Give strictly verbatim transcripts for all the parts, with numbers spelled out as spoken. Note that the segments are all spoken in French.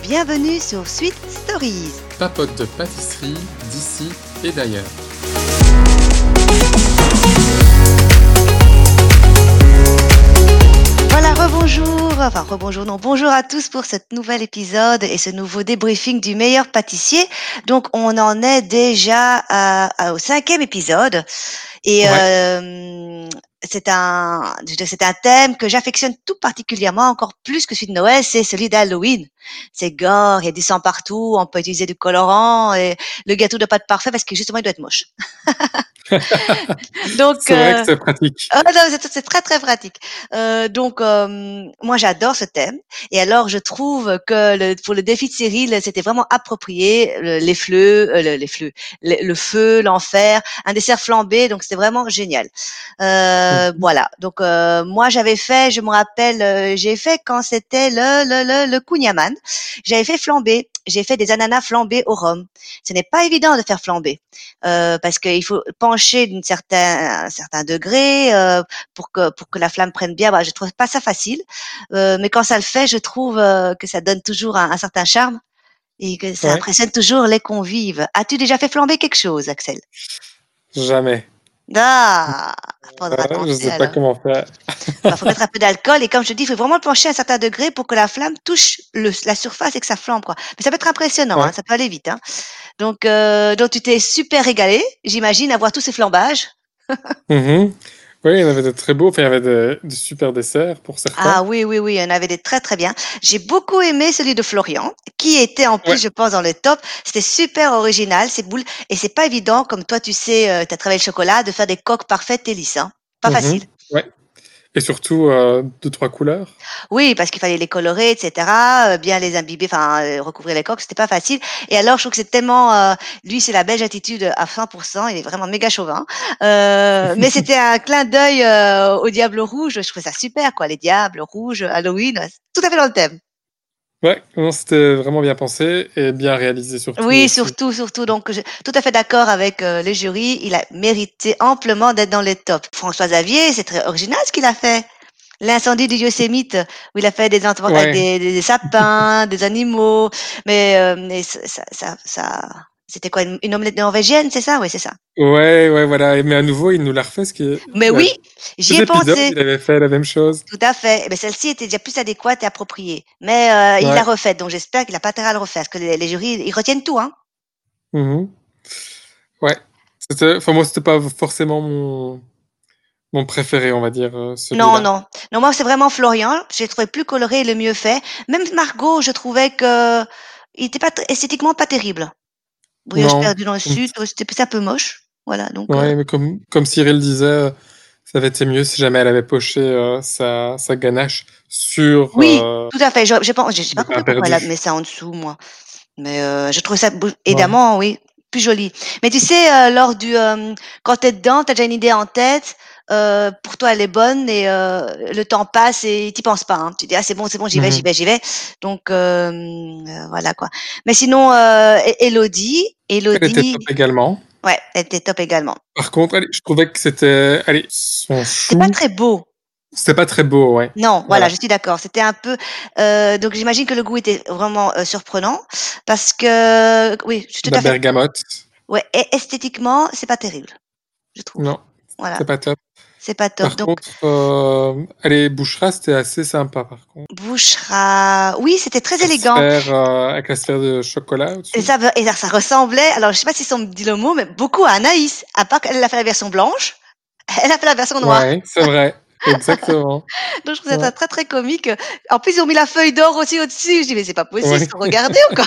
bienvenue sur Sweet Stories. Papote de pâtisserie d'ici et d'ailleurs. Voilà, rebonjour, enfin rebonjour, non, bonjour à tous pour ce nouvel épisode et ce nouveau débriefing du meilleur pâtissier. Donc on en est déjà à, à- au cinquième épisode et Ouais. euh, c'est un c'est un thème que j'affectionne tout particulièrement, encore plus que celui de Noël, c'est celui d'Halloween. C'est gore, il y a du sang partout, on peut utiliser du colorant et le gâteau doit pas être parfait parce que justement il doit être moche. Donc C'est vrai que euh, c'est pratique. Ah non, c'est c'est très, très pratique. Heu, donc hem, moi j'adore ce thème et alors je trouve que le pour le défi de Cyril, c'était vraiment approprié, le les fleux, heu, le les fleux, le le feu, l'enfer, un dessert flambé, donc c'était vraiment génial. Heu, Mmh. voilà, donc heu, moi j'avais fait, je me rappelle, heu, j'ai fait quand c'était le le le le kouign-amann, j'avais fait flamber, j'ai fait des ananas flambés au rhum. Ce n'est pas évident de faire flamber, heu, parce qu'il faut pencher d'une certain un certain degré, heu, pour que pour que la flamme prenne bien. Bah, je trouve pas ça facile, heu, mais quand ça le fait, je trouve, heu, que ça donne toujours un un certain charme et que ça Ouais, impressionne toujours les convives. As-tu déjà fait flamber quelque chose, Axel? jamais. Ah! Faudra Heu, je tenter sais pas alors. comment faire. Bah, faut mettre un peu d'alcool et comme je te dis, il faut vraiment le pencher à un certain degré pour que la flamme touche le la surface et que ça flambe, quoi. Mais ça peut être impressionnant, hein, Ouais. ça peut aller vite, hein. Donc heu, donc tu t'es super régalé, j'imagine, à voir tous ces flambages? Mmh. Oui, il y en avait de très beaux, enfin, il y avait de de super desserts pour certains. Ah oui, oui, oui, il y en avait des très, très bien. J'ai beaucoup aimé celui de Florian, qui était en Ouais. plus, je pense, dans le top. C'était super original, ces boules. Et c'est pas évident, comme toi, tu sais, tu as travaillé le chocolat, de faire des coques parfaites et lisses, hein. Pas Mmh. facile. Ouais, et surtout, heu, deux trois couleurs. Oui, parce qu'il fallait les colorer, et cetera, heu, bien les imbiber, enfin, heu, recouvrir les coques, c'était pas facile. Et alors, je trouve que c'est tellement, heu, lui, c'est la belge attitude à cent pour cent, il est vraiment méga chauvin. Heu, mais c'était un clin d'œil, heu, au diable rouge, je trouvais ça super, quoi, les diables rouges, Halloween, ouais, tout à fait dans le thème. Ouais, non, c'était vraiment bien pensé et bien réalisé surtout Oui, aussi. surtout, surtout. Donc, je tout à fait d'accord avec, heu, les jurys. Il a mérité amplement d'être dans les tops. François Xavier, c'est très original ce qu'il a fait. L'incendie du Yosémite, où il a fait des enfants avec Ouais. des des des sapins, des animaux, mais, heu, mais ça ça ça ça c'était quoi? Une une omelette norvégienne, c'est ça? Oui, c'est ça. Ouais, ouais, voilà, mais à nouveau, il nous l'a refait, ce qui est Mais il a oui, deux j'y ai épisodes, pensé. il avait fait la même chose. Tout à fait. Eh beh, celle-ci était déjà plus adéquate et appropriée. Mais, heu, il l'a Ouais. refaite, donc j'espère qu'il a pas intérêt à le refaire, parce que les les jurys, ils retiennent tout, hein. Mmh. Ouais. C'était enfin moi, c'était pas forcément mon mon préféré, on va dire, heu, Non, celui-là. non. Non, moi, c'est vraiment Florian. J'ai trouvé plus coloré et le mieux fait. Même Margot, je trouvais que il était pas t esthétiquement pas terrible. Brioche Non, perdue dans le comme sud, c'était c'est un peu moche. Voilà, donc heu ouais, mais comme comme Cyril disait, heu, ça avait été mieux si jamais elle avait poché, heu, sa sa ganache sur, oui, heu, tout à fait. Je j'ai pas j'ai pas le pain compris pourquoi elle a perdu. mis ça en dessous, moi. Mais heu, je trouvais ça bou Ouais. évidemment, oui, plus joli. Mais tu sais, heu, lors du, hem, quand tu es dedans, tu as déjà une idée en tête, heu, pour toi elle est bonne et heu, le temps passe et tu y penses pas, hein. Tu dis: «Ah c'est bon, c'est bon, j'y vais, j'y Mmh. vais, j'y vais». Donc hem, heu, voilà quoi. Mais sinon, heu, É Élodie Elle était top Élodie, également. ouais, elle était top également. Par contre, allez, je trouvais que c'était allez, son C'était pas chou, très beau. c'était pas très beau, ouais. Non, voilà, je Voilà. suis d'accord. C'était un peu, heu, donc j'imagine que le goût était vraiment, heu, surprenant parce que oui, je suis tout La à fait bergamote, ouais, et esthétiquement, c'est pas terrible. Je trouve. non, Voilà, c'était pas top. c'est pas top. Par Donc contre, hem, allez, Boucherat, c'était assez sympa, par contre. Boucherat, oui, c'était très La élégant sphère, heu, avec la sphère de chocolat et au-dessus. ça ve et ça ça ressemblait, alors je sais pas si on me dit le mot, mais beaucoup à Anaïs, à part qu'elle a fait la version blanche, elle a fait la version noire. Ouais, c'est vrai, exactement. Donc je trouvais ça Ouais, très, très comique. En plus, ils ont mis la feuille d'or aussi au-dessus. Je dis: «Mais c'est pas possible, ouais, ils sont regardés ou quoi?»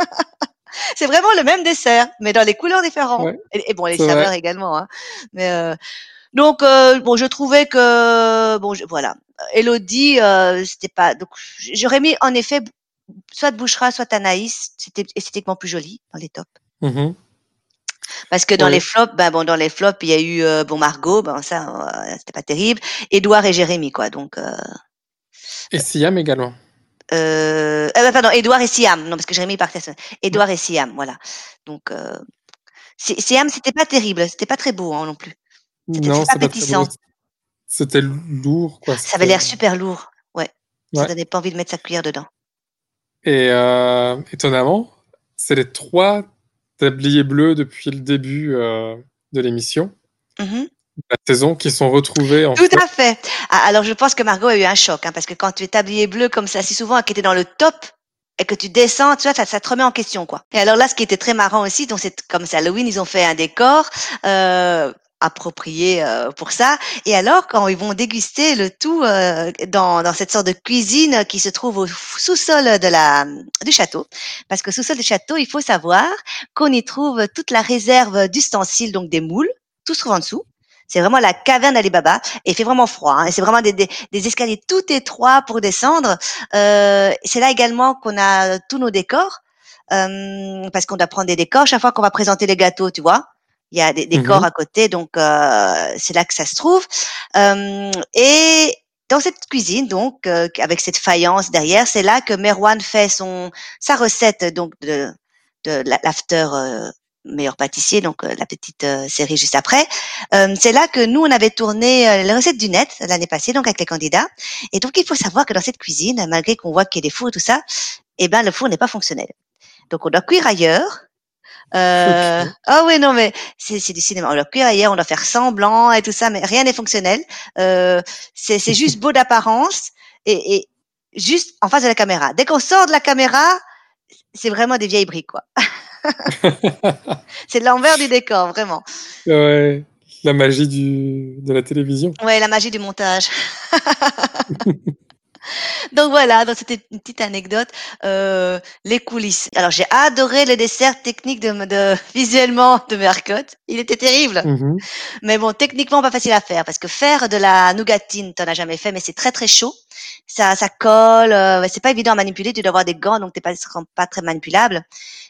C'est vraiment le même dessert, mais dans les couleurs différentes ouais, et et bon, les c'est saveurs vrai. également, hein. Mais heu, donc heu, bon, je trouvais que bon, je voilà, Élodie, heu, c'était pas donc j'aurais mis en effet soit Boucherat, soit Anaïs, c'était esthétiquement plus joli dans les tops. Mmh mh. Parce que dans les Ouais, flops, ben, bon, dans les flops, il y a eu, heu, bon, Margot, ben, ça, heu, c'était pas terrible. Édouard et Jérémy, quoi, donc heu et Siam également. heu, ah bah, pardon, Édouard et Siam, non, parce que Jérémy partait seul. Ouais. Édouard et Siam, voilà. Donc heu, Si Siam, c'était pas terrible, c'était pas très beau, hein, non plus. C'était Non, c'est pas c'est pas très beau. appétissant. C'était lourd, quoi, Ça avait c'était l'air super lourd, ouais. Ça ouais. donnait pas envie de mettre sa cuillère dedans. Et euh, étonnamment, c'est les trois tabliers bleus depuis le début euh, de l'émission, Mmh. la saison, qui sont retrouvés en Tout flop. à fait. Ah, alors je pense que Margot a eu un choc, hein, parce que quand tu es tablier bleu comme ça, si souvent, qui était dans le top et que tu descends, tu vois, ça, ça te remet en question, quoi. Et alors là, ce qui était très marrant aussi, donc c'est comme c'est Halloween, ils ont fait un décor euh, approprié euh, pour ça. Et alors, quand ils vont déguster le tout euh, dans, dans cette sorte de cuisine qui se trouve au sous-sol de la du château, parce que sous-sol du château, il faut savoir qu'on y trouve toute la réserve d'ustensiles, donc des moules, tout se trouve en dessous. C'est vraiment la caverne d'Ali Baba et il fait vraiment froid. Hein, et c'est vraiment des, des, des escaliers tout étroits pour descendre. Euh, c'est là également qu'on a tous nos décors euh, parce qu'on doit prendre des décors chaque fois qu'on va présenter les gâteaux, tu vois. Il y a des décors Mhm. à côté, donc euh, c'est là que ça se trouve. Euh, et dans cette cuisine, donc euh, avec cette faïence derrière, c'est là que Merwan fait son sa recette donc de de l'after euh, meilleur pâtissier, donc euh, la petite euh, série juste après. Euh, c'est là que nous, on avait tourné euh, les recettes du net l'année passée, donc avec les candidats. Et donc, il faut savoir que dans cette cuisine, malgré qu'on voit qu'il y a des fours et tout ça, eh ben, le four n'est pas fonctionnel. Donc, on doit cuire ailleurs. Euh... Ok. Ah oui, non, mais c'est, c'est du cinéma. On doit cuire ailleurs, on doit faire semblant et tout ça, mais rien n'est fonctionnel. Euh, c'est, c'est juste beau d'apparence et, et juste en face de la caméra. Dès qu'on sort de la caméra, c'est vraiment des vieilles briques, quoi. C'est l'envers du décor, vraiment. Ouais, la magie du, de la télévision. Ouais, la magie du montage. Donc voilà, donc c'était une petite anecdote. Euh, les coulisses. Alors j'ai adoré le dessert technique de, de visuellement de Mercotte. Il était terrible. Mhm. Mais bon, techniquement pas facile à faire parce que faire de la nougatine, t'en as jamais fait, mais c'est très très chaud. Ça, ça colle. Euh, ouais, c'est pas évident à manipuler. Tu dois avoir des gants, donc t'es pas, pas très manipulable.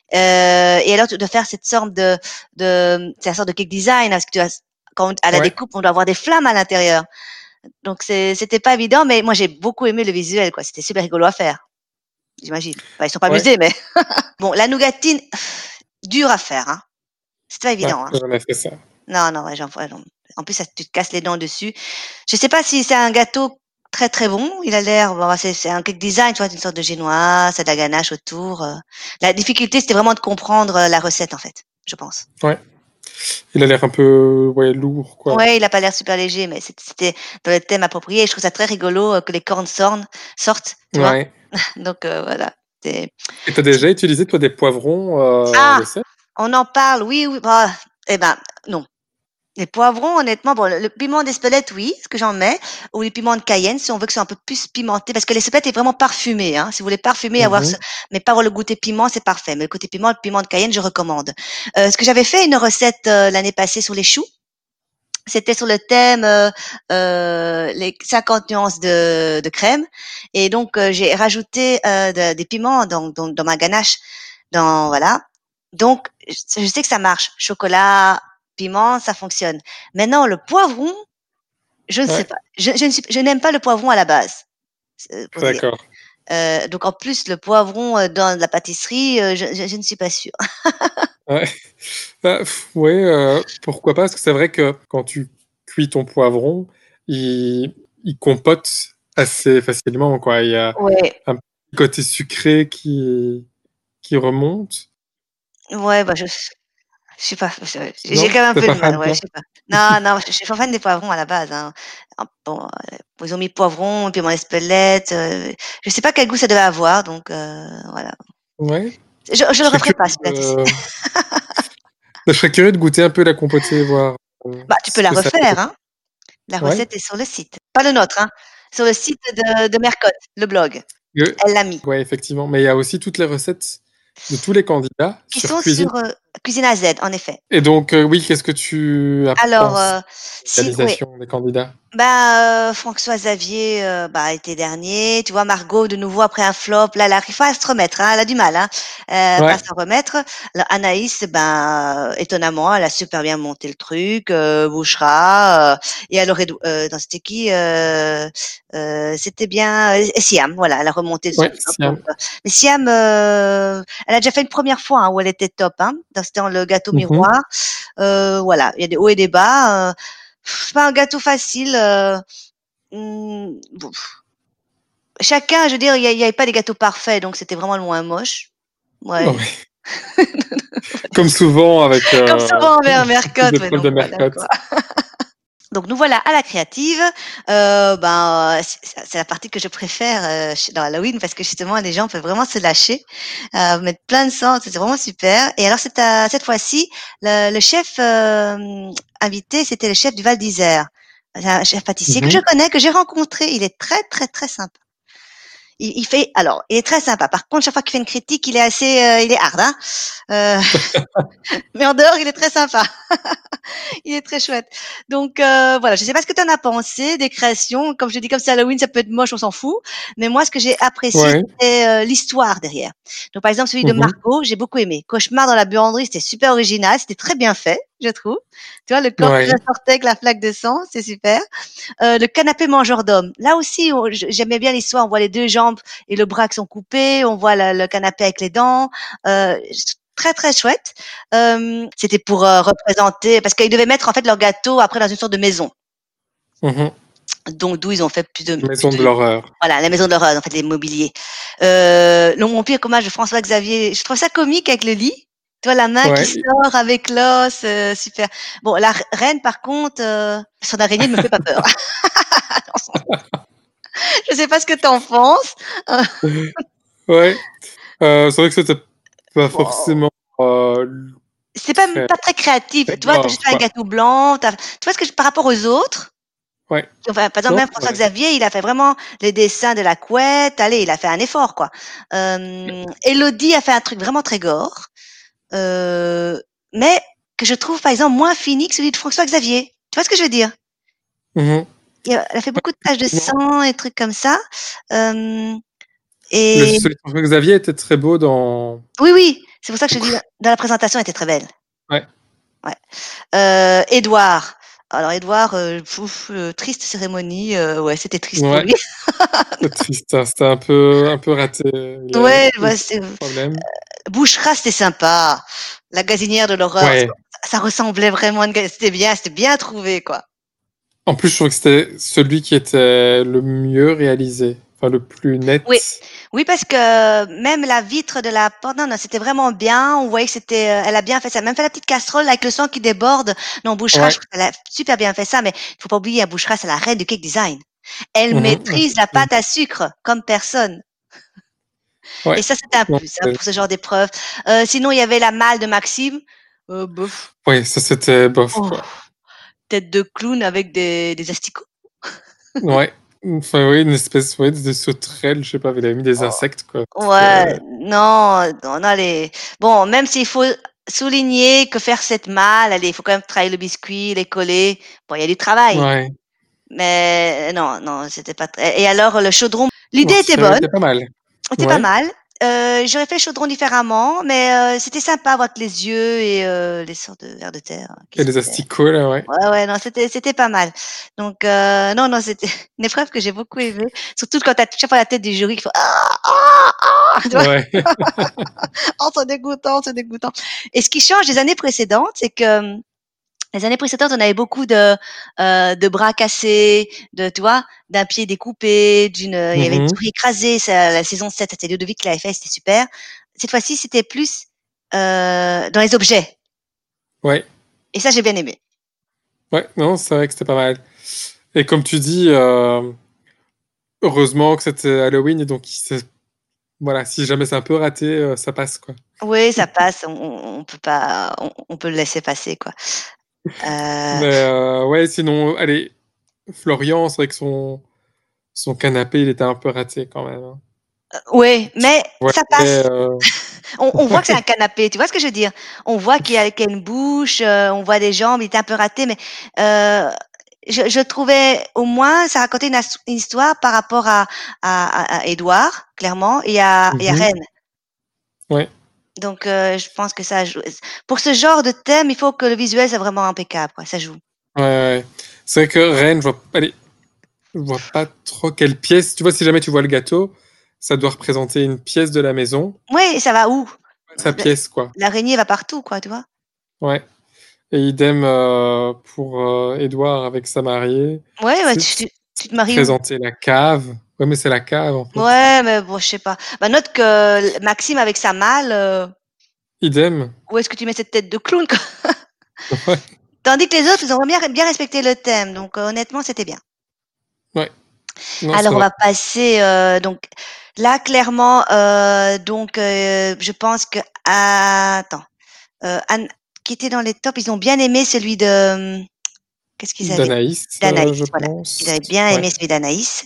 Euh, et alors de faire cette sorte de, de, c'est la sorte de cake design parce que tu as, quand à la Ouais, découpe, on doit avoir des flammes à l'intérieur. Donc c'est, c'était pas évident, mais moi j'ai beaucoup aimé le visuel, quoi. C'était super rigolo à faire, j'imagine. Enfin, ils sont pas ouais, amusés, mais bon, la nougatine, dure à faire, hein. C'est pas ouais, évident, hein. j'en ai fait ça. Non, non, ouais, j'en, ouais, j'en- en plus, ça, tu te casses les dents dessus. Je sais pas si c'est un gâteau très très bon. Il a l'air, bon, c'est, c'est un cake design, tu vois, une sorte de génois, ça a de la ganache autour. euh. La difficulté, c'était vraiment de comprendre euh, la recette, en fait, je pense. Ouais, il a l'air un peu ouais, lourd, quoi. Ouais, il a pas l'air super léger, mais c'est- c'était dans le thème approprié. Et je trouve ça très rigolo euh, que les cornes sortent, sortent, tu vois. Ouais. Donc euh, voilà. C'est- Et t'as déjà utilisé, toi, des poivrons euh, en Ah, dessert? on en parle, oui, oui. Bah, eh ben, non. Les poivrons, honnêtement, bon, le, le piment d'Espelette, oui, ce que j'en mets, ou les piments de Cayenne, si on veut que ce soit un peu plus pimenté, parce que l'Espelette est vraiment parfumé, hein. Si vous voulez parfumer, avoir ce, Mhm. mais pas avoir le goûter piment, c'est parfait. Mais le côté piment, le piment de Cayenne, je recommande. Euh, ce que j'avais fait une recette euh, l'année passée sur les choux. C'était sur le thème euh, euh, les cinquante nuances de, de crème. Et donc, euh, j'ai rajouté euh, de- des piments dans, dans, dans ma ganache. Dans, voilà. Donc, je je sais que ça marche. Chocolat, piment, ça fonctionne. Maintenant, le poivron, je ne sais Ouais, pas. Je, je, ne suis- je n'aime pas le poivron à la base, euh, pour te dire. d'accord. Euh, donc, en plus, le poivron euh, dans la pâtisserie, euh, je, je, je ne suis pas sûre. Ouais, bah, pff, ouais euh, pourquoi pas? Parce que c'est vrai que quand tu cuis ton poivron, il, il compote assez facilement, quoi. Il y a Ouais, un petit côté sucré qui, qui remonte. ouais, bah je, Je sais pas, je j'ai Non? quand même un T'es peu pas de mal, fan, ouais, toi? je sais pas. Non, non, je je suis pas fan des poivrons à la base, hein. Ah bon, heu, ils ont mis poivron, piment d'Espelette, heu, je sais pas quel goût ça devait avoir donc heu, voilà. Ouais. Je je Je le serais referai pas curieux celui-là, tu sais. de, je serais curieux de goûter un peu la compotée, voir euh, Bah, tu peux ce la que ça refaire, donne. hein. La Ouais. recette est sur le site. Pas le nôtre, hein, sur le site de de Mercotte, le blog. Euh, Elle l'a mis. ouais, effectivement. Mais il y a aussi toutes les recettes de tous les candidats Qui sur sont cuisine. sur, heu, Cuisine à Z, en effet. Et donc, euh, oui, qu'est-ce que tu as Alors, pensé heu, de la si oui. réalisation des candidats? Ben, heu, François Xavier, heu, bah, était dernier. Tu vois, Margot, de nouveau, après un flop, là, elle arrive pas à se remettre, hein, elle a du mal, hein, heu, pas à Ouais, s'en remettre. Alors Anaïs, ben, heu, étonnamment, elle a super bien monté le truc, heu, Bouchra, heu et elle aurait dou heu, non, c'était qui? Heu heu, c'était bien, heu, Siam, voilà, elle a remonté de son ouais, flop donc Siam. heu, mais Siam, heu, elle a déjà fait une première fois, hein, où elle était top, hein, dans c'était dans le gâteau Mhm. miroir. Heu, voilà, il y a des hauts et des bas, heu, c'est pas un gâteau facile, heu Mmh, bon, chacun, je veux dire, il y a il y avait pas des gâteaux parfaits, donc c'était vraiment le moins moche. Ouais. Ouais. Comme souvent avec, Comme heu, souvent envers les Mercotte, ouais, épreuves donc de voilà, Mercotte. quoi. Donc nous voilà à la créative. Heu, ben, c'est c'est c'est la partie que je préfère, heu, ch dans Halloween parce que justement les gens peuvent vraiment se lâcher, heu, mettre plein de sang, c'est vraiment super et alors cette, heu, cette fois-ci, le le chef, hem, invité, c'était le chef du Val d'Isère. C'est un chef pâtissier Mmh que je mh. connais, que j'ai rencontré. Il est très, très, très sympa. Il il fait alors, il est très sympa. Par contre, chaque fois qu'il fait une critique, il est assez, heu, il est hard, hein. Heu, mais en dehors, il est très sympa. Il est très chouette. Donc heu, voilà, je sais pas ce que tu en as pensé des créations. Comme je dis, comme c'est Halloween, ça peut être moche, on s'en fout. Mais moi, ce que j'ai apprécié, Ouais. c'était, heu, l'histoire derrière. Donc par exemple, celui de Mmh mh. Margot, j'ai beaucoup aimé. Cauchemar dans la buanderie, c'était super original, c'était très bien fait, je trouve. Tu vois, le corps qui Ouais. ressortait avec la flaque de sang, c'est super. Heu, le canapé mangeur d'hommes, là aussi, on j j'aimais bien l'histoire. On voit les deux jambes et le bras qui sont coupés, on voit la le canapé avec les dents, heu, j très, très chouette. Hem, c'était pour, heu, représenter parce qu'ils devaient mettre en fait leur gâteau après dans une sorte de maison. Mmh mh. Donc d'où ils ont fait plus de plus Maison de de l'horreur. voilà, la maison de l'horreur, en fait, les mobiliers. Heu, le Mon pire cauchemar de François Xavier, je trouve ça comique avec le lit. Tu vois la main qui Ouais, i sort avec l'os, heu, super. Bon la r reine par contre, heu, son araignée me fait pas peur. Je sais pas ce que tu en penses. Ouais, heu, c'est vrai que c'était pas Bon, forcément, heu, l c'est pas très pas très créatif. très Tu vois, tu as juste gore, fait un quoi. gâteau blanc, tu as tu vois ce que je par rapport aux autres, Ouais. enfin, par exemple, Non, même c'est François vrai. Xavier, il a fait vraiment les dessins de la couette. Allez, il a fait un effort, quoi. Hem, Élodie a fait un truc vraiment très gore, heu, mais que je trouve, par exemple, moins fini que celui de François Xavier. Tu vois ce que je veux dire? Mmh mh. Il a elle a fait beaucoup de taches de Effectivement, sang et trucs comme ça, hem le et celui de François Xavier était très beau dans oui, oui, c'est pour ça que je te dis, dans la présentation, elle était très belle. ouais, Ouais. Heu, Édouard. Alors Édouard, heu, pouf, heu, triste cérémonie, heu, ouais, c'était triste pour ouais, lui. c'est triste, hein, c'était un peu un peu raté, il a Ouais, eu bah, des c'est problèmes. Boucherat, c'était sympa. La gazinière de l'horreur, ça Ouais. ça ressemblait vraiment à une ga c'était bien, c'était bien trouvé, quoi. En plus, je trouvais que c'était celui qui était le mieux réalisé, enfin le plus Oui, net. oui, parce que même la vitre de la porte, non, non, c'était vraiment bien. On voyait que c'était, heu, elle a bien fait ça. Même fait la petite casserole avec le sang qui déborde. Non, Boucherat, je Ouais. trouve qu'elle a super bien fait ça, mais il faut pas oublier, hein, Boucherat, c'est la reine du cake design. Elle Mmh mh, maîtrise la effectivement. pâte à sucre comme personne. Et Ouais. ça, c'était un Non, plus, hein, c'est pour ce genre d'épreuve. Heu, sinon, il y avait la malle de Maxime, heu, bof. ouais, ça c'était bof, Oh, quoi. tête de clown avec des des asticots. Ouais, enfin, oui, une espèce, ouais, de sauterelle, je sais pas, il avait mis des Oh, insectes, quoi. ouais, C'était non, on a les bon, même s'il faut souligner que faire cette malle, allez, il faut quand même travailler le biscuit, les coller. Bon, il y a du travail, ouais, mais non, non, c'était pas très et alors le chaudron, l'idée était l'artisanat bonne. était pas mal. C'était pas Ouais, mal. Heu, j'aurais fait le chaudron différemment, mais heu, c'était sympa avec les yeux et heu, les sortes de vers de terre hein, qui et les sortaient. asticots, là, ouais. Ouais, ouais, non, c'était c'était pas mal. Donc heu, non, non, c'était une épreuve que j'ai beaucoup aimée, surtout quand tu as chaque fois la tête du jury qui fait: «Ah! Ah! Ah!» tu vois? Ouais. «Oh, c'est dégoûtant, c'est dégoûtant» et ce qui change des années précédentes, c'est que, hem, les années précédentes, on avait beaucoup de, heu, de bras cassés, de tu vois? D'un pied découpé, d'une, heu, il y Mmh avait une mh. souris écrasée, ça la saison sept, c'était Ludovic qui l'avait fait, c'était super. Cette fois-ci, c'était plus, heu, dans les objets Ouais, et ça, j'ai bien aimé. ouais, non, c'est vrai que c'était pas mal et comme tu dis, hem, heureusement que c'était Halloween et donc il s'est voilà, si jamais c'est un peu raté, heu, ça passe, quoi. Oui, ça passe, on on on peut pas on on peut le laisser passer, quoi. Heu, Mais heu, ouais, sinon, allez, Florian, c'est vrai que son son canapé, il était un peu raté quand même, hein. ouais, mais Ouais, ça passe. heu, On on voit que c'est un ouais, canapé, tu vois ce que je veux dire? On voit qu'il y a qu'il y a une bouche, heu, on voit des jambes, il était un peu raté, mais heu, je je trouvais au moins ça racontait une as une histoire par rapport à à à à Édouard, clairement et à mmh et à mh, Reine. ouais, Donc heu, je pense que ça joue. Pour ce genre de thème, il faut que le visuel soit vraiment impeccable, quoi, ça joue. ouais, ouais. C'est vrai que Rennes, je vois allez, je vois pas trop quelle pièce tu vois, si jamais tu vois le gâteau, ça doit représenter une pièce de la maison, Oui, ça va où? sa L pièce, quoi. L'araignée va partout, quoi, tu vois? Ouais et idem, heu, pour, heu, Édouard avec sa mariée, Ouais, ouais, c'est tu ça tu tu te maries où? représentait la cave. Ouais, mais c'est la cave, en fait. Ouais, mais bon, je sais pas. Bah, note que Maxime avec sa malle, euh, Idem. où est-ce que tu mets cette tête de clown, quoi? Ouais. Tandis que les autres, ils ont bien, bien respecté le thème. Donc, euh, honnêtement, c'était bien. Ouais. Non, c'est Alors, on vrai. va passer, euh, donc, là, clairement, euh, donc, euh, je pense que, ah, attends, euh, Anne, qui était dans les tops, ils ont bien aimé celui de, hum, qu'est-ce qu'ils avaient? D'Anaïs, euh, D'Anaïs, je voilà. Ils pense. avaient bien Ouais. aimé celui d'Anaïs.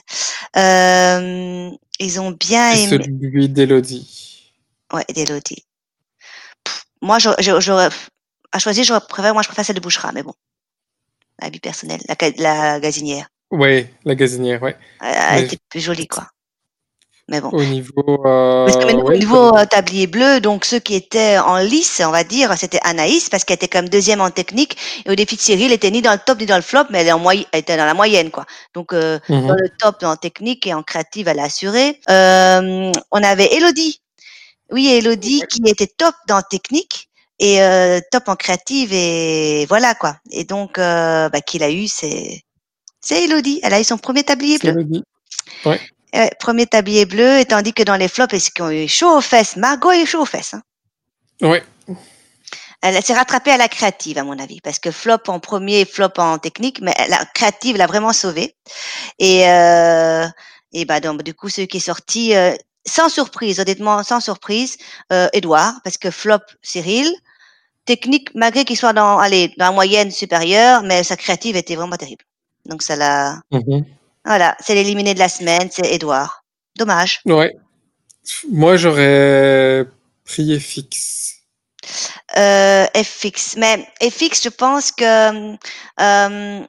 Euh, ils ont bien Et aimé, celui d'Élodie. ouais, d'Élodie. Moi, j'aurais, j'aurais, à choisir, j'aurais préféré, moi, je préfère celle de Bouchra, mais bon, avis personnel, la, ca- la gazinière. Ouais, la gazinière, ouais. Euh, Elle Mais était plus jolie, quoi. Mais bon. au niveau, Parce que euh, maintenant, au ouais, niveau euh, tablier bleu, donc ceux qui étaient en lice, on va dire, c'était Anaïs, parce qu'elle était comme deuxième en technique. Et au défi de Cyril, elle était ni dans le top ni dans le flop, mais elle, est en moy- elle était dans la moyenne, quoi. Donc, euh, dans mhm. le top en technique et en créative, elle a assuré. Euh, on avait Elodie. Oui, Elodie Ouais, qui était top dans technique et euh, top en créative et voilà, quoi. Et donc, euh, bah, qui l'a eu, c'est, c'est Elodie. Elle a eu son premier tablier c'est bleu. Élodie. Ouais, Ouais, premier tablier bleu, et tandis que dans les flops, et ceux qui ont eu chaud aux fesses, Margot a eu chaud aux fesses, hein. ouais, Elle s'est rattrapée à la créative, à mon avis, parce que flop en premier, flop en technique, mais la créative l'a vraiment sauvée. Et, euh, et bah donc du coup, ce qui est sorti, euh, sans surprise, honnêtement, sans surprise, euh, Edouard, parce que flop Cyril, technique, malgré qu'il soit dans, allez, dans la moyenne supérieure, mais sa créative était vraiment terrible. Donc ça l'a, mhm. voilà, c'est l'éliminé de la semaine, c'est Edouard. Dommage. Ouais. Moi, j'aurais pris F X. Euh, F X. Mais F X, je pense que euh,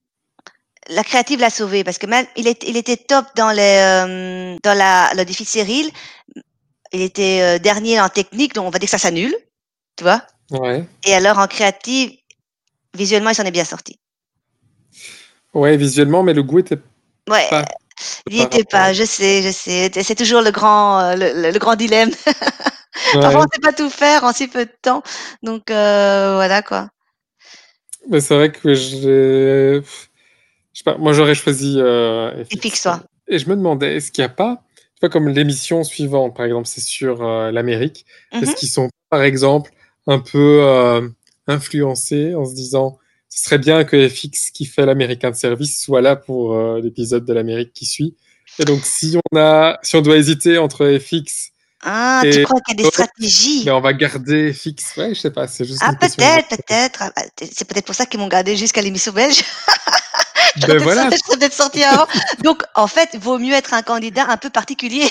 la créative l'a sauvé parce que même il, est, il était top dans les euh, dans la le défi de Cyril. Il était euh, dernier en technique, donc on va dire que ça s'annule, tu vois. Ouais. Et alors en créative, visuellement, il s'en est bien sorti. Ouais, visuellement, mais le goût était Ouais, pas il n'y par était pas. rapport. Je sais, je sais. C'est toujours le grand euh, le, le- le grand dilemme. Parfois, on Ouais. ne sait pas tout faire en si peu de temps. Donc euh, voilà quoi. Mais c'est vrai que j'ai, je sais pas, moi j'aurais choisi euh, Et F X, quoi. fixe-toi. Et je me demandais, est-ce qu'il n'y a pas, tu vois, comme l'émission suivante, par exemple, c'est sur euh, l'Amérique, est-ce Mhm. qu'ils sont, par exemple, un peu euh, influencés en se disant, ce serait bien que F X, qui fait l'American Service, soit là pour euh, l'épisode de l'Amérique qui suit. Et donc, si on a, si on doit hésiter entre F X Ah, tu et crois qu'il y a des l'autre, stratégies? mais on va garder F X. Ouais, je sais pas, c'est juste Ah, une question que je me peut-être, pose. peut-être. Ah, bah, c'est peut-être pour ça qu'ils m'ont gardé jusqu'à l'émission belge. J'aurais Ben peut-être, voilà, je serais peut-être sortie avant. Donc, en fait, il vaut mieux être un candidat un peu particulier.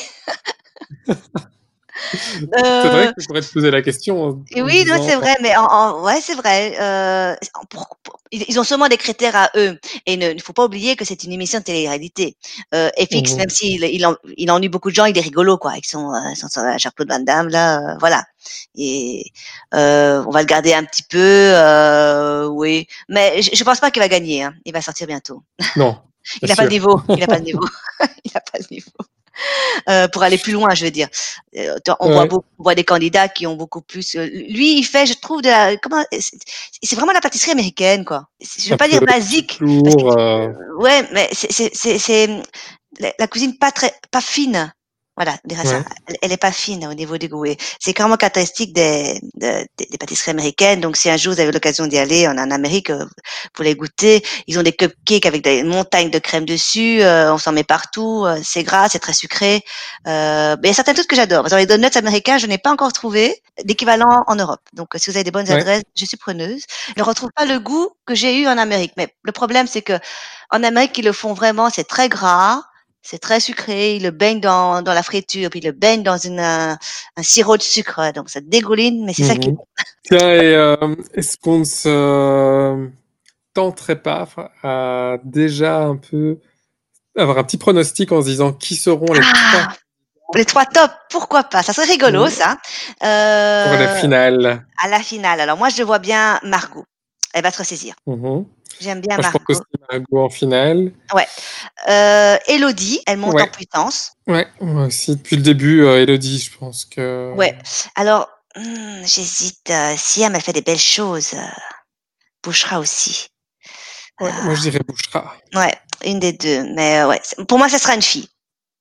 c'est vrai Euh, que je pourrais te poser la question et en, en oui, non, disant, c'est vrai, mais en, en- ouais, c'est vrai. Euh, pour- pour- ils ils ont sûrement des critères à eux. Et ne- il ne faut pas oublier que c'est une émission de télé-réalité. Euh, F X, mhm, même s'il il, en- il ennuie beaucoup de gens, il est rigolo, quoi, avec son, euh, son, son Jean-Claude Van Damme, là, euh, voilà. Et euh, on va le garder un petit peu, euh, oui. Mais je, je pense pas qu'il va gagner, hein. Il va sortir bientôt. non, Il bien n'a pas le sûr. niveau. Il n'a pas le niveau. Il n'a pas le niveau. Euh, pour aller plus loin, je veux dire. Euh, on voit Ouais, beaucoup, on voit des candidats qui ont beaucoup plus. euh, lui, il fait, je trouve, de la, comment, c'est c'est vraiment la pâtisserie américaine, quoi. C'est- Je veux un pas dire peu basique, parce que, lourd. Euh, euh, ouais, mais c'est, c'est, c'est, c'est la, la cuisine pas très, pas fine. Voilà, on dirait ça. ouais. Elle, elle est pas fine au niveau du goût. Et c'est carrément caractéristique des, de- des, des pâtisseries américaines. Donc, si un jour vous avez l'occasion d'y aller en, en Amérique, euh, pour les goûter, ils ont des cupcakes avec des montagnes de crème dessus. Euh, on s'en met partout. Euh, c'est gras, c'est très sucré. Euh, mais il y a certains trucs que j'adore. Dans les donuts américains, je n'ai pas encore trouvé d'équivalent en Europe. Donc, si vous avez des bonnes Ouais. adresses, je suis preneuse. Je ne retrouve pas le goût que j'ai eu en Amérique. Mais le problème, c'est que en Amérique, ils le font vraiment. C'est très gras. C'est très sucré, ils le baignent dans, dans la friture, puis ils le baignent dans une, un, un sirop de sucre, donc ça dégouline, mais c'est ça qui est Mhm. bon. Tiens, et euh, est-ce qu'on ne se tenterait pas à déjà un peu avoir un petit pronostic en se disant qui seront les trois Ah, les trois tops, pourquoi pas? Ça serait rigolo, mm, ça. pour la Euh, finale? à la finale. Alors moi, je vois bien Margot. Elle va se ressaisir. Mhm. J'aime bien Moi, je pense aussi Margot. Margot en finale. Ouais. Euh, Elodie, elle monte en Ouais, puissance. ouais, moi aussi. Depuis le début, euh, Elodie, je pense que. Ouais. Alors, hmm, j'hésite. Euh, Siam, elle fait des belles choses. Euh, Bouchera aussi. Ouais, moi, je dirais Bouchra. Ouais, une des deux. Mais euh, ouais, c'est- pour moi, ce sera une fille.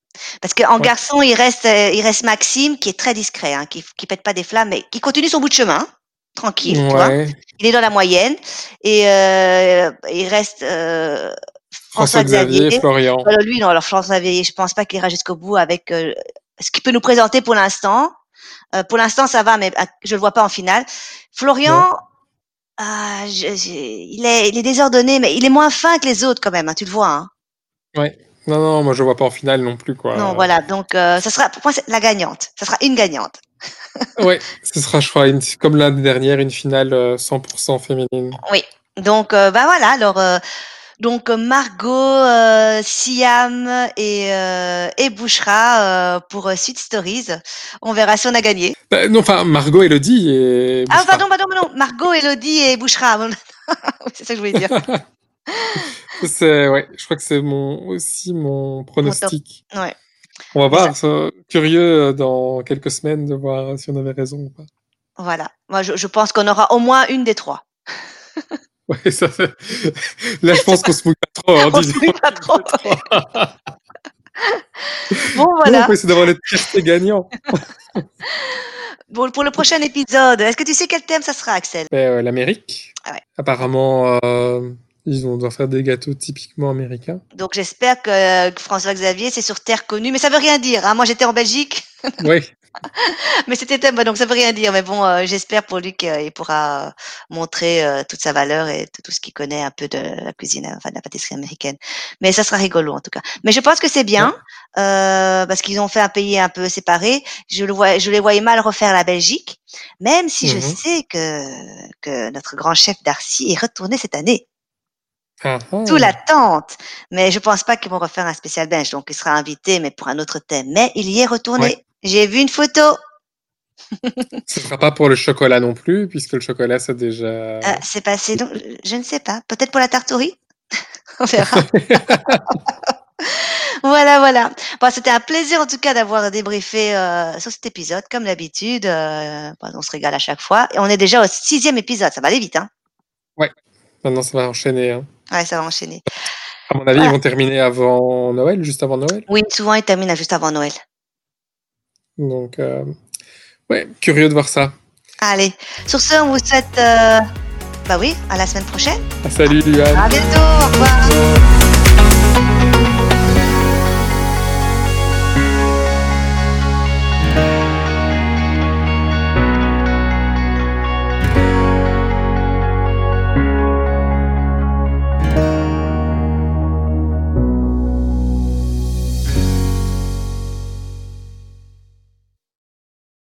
Parce qu'en Ouais. garçon, il reste, euh, il reste Maxime, qui est très discret, hein, qui, qui pète pas des flammes, mais qui continue son bout de chemin, tranquille, tu vois. Ouais. Il est dans la moyenne. Et euh, il reste euh, François François Xavier. Xavier, Florian. Alors lui, non, alors François Xavier, je pense pas qu'il ira jusqu'au bout avec euh, ce qu'il peut nous présenter pour l'instant. Euh, pour l'instant, ça va, mais euh, je le vois pas en finale. Florian, Non. ah, je- je- il est, il est désordonné, mais il est moins fin que les autres quand même, hein, tu le vois. Hein. Ouais. Non, non, moi je vois pas en finale non plus, Non, quoi. voilà. Donc, euh, ça sera, pour moi, c'est la gagnante. Ça sera une gagnante. Ouais, ce sera, je crois, une, comme l'année dernière, une finale euh, cent pour cent féminine. Oui. Donc, euh, bah voilà. Alors, euh, donc euh, Margot, euh, Siam et euh, et Bouchra euh, pour euh, Sweet Stories. On verra si on a gagné. Bah, non, enfin, Margot, Elodie et Ah, Bouchra. pardon, pardon, pardon. Margot, Elodie et Bouchra. Oui, c'est ça que je voulais dire. C'est, ouais, je crois que c'est mon, aussi mon Mon top. pronostic. Ouais. On va Mais ça, voir, ça, curieux euh, dans quelques semaines de voir si on avait raison ou pas. voilà. Moi, je, je pense qu'on aura au moins une des trois. Ouais, ça fait... Là, je pense qu'on se mouille pas trop en On se disant mouille pas trop. Bon, non, on voilà. peut essayer d'avoir le tiercé gagnant. Bon, pour le prochain épisode, est-ce que tu sais quel thème ça sera, Axel? Ben, euh, L'Amérique. Ah ouais. Apparemment, euh, ils ont doivent faire des gâteaux typiquement américains. Donc, j'espère que, que François Xavier, c'est sur terre connue. Mais ça veut rien dire. Hein. Moi, j'étais en Belgique. Oui. Mais c'était thème, donc ça veut rien dire. Mais bon, euh, j'espère pour lui qu'il pourra euh, montrer euh, toute sa valeur et tout, tout ce qu'il connaît un peu de la cuisine, euh, enfin de la pâtisserie américaine. Mais ça sera rigolo en tout cas. Mais je pense que c'est bien Ouais. euh, parce qu'ils ont fait un pays un peu séparé. Je le vois, je les voyais mal refaire la Belgique, même si je Mhm. sais que que notre grand chef Darcy est retourné cette année. Ah, ah. Sous l'attente, mais je pense pas qu'ils vont refaire un spécial belge, donc il sera invité, mais pour un autre thème. Mais il y est retourné. Ouais. J'ai vu une photo. Ce sera pas pour le chocolat non plus, puisque le chocolat, c'est déjà... Euh, c'est passé, donc je ne sais pas. Peut-être pour la tartourie. On verra. Voilà, voilà. Bon, c'était un plaisir en tout cas d'avoir débriefé euh, sur cet épisode, comme d'habitude. Euh, bon, on se régale à chaque fois. Et on est déjà au sixième épisode. Ça va aller vite, hein. Ouais. Maintenant, ça va enchaîner. Hein. Ouais, ça va enchaîner. À mon avis, Voilà. ils vont terminer avant Noël, juste avant Noël. Oui, souvent ils terminent juste avant Noël. Donc, euh... ouais, curieux de voir ça. Allez, sur ce, on vous souhaite, euh... bah oui, à la semaine prochaine. Ah, salut, Luan. À bientôt. Au revoir.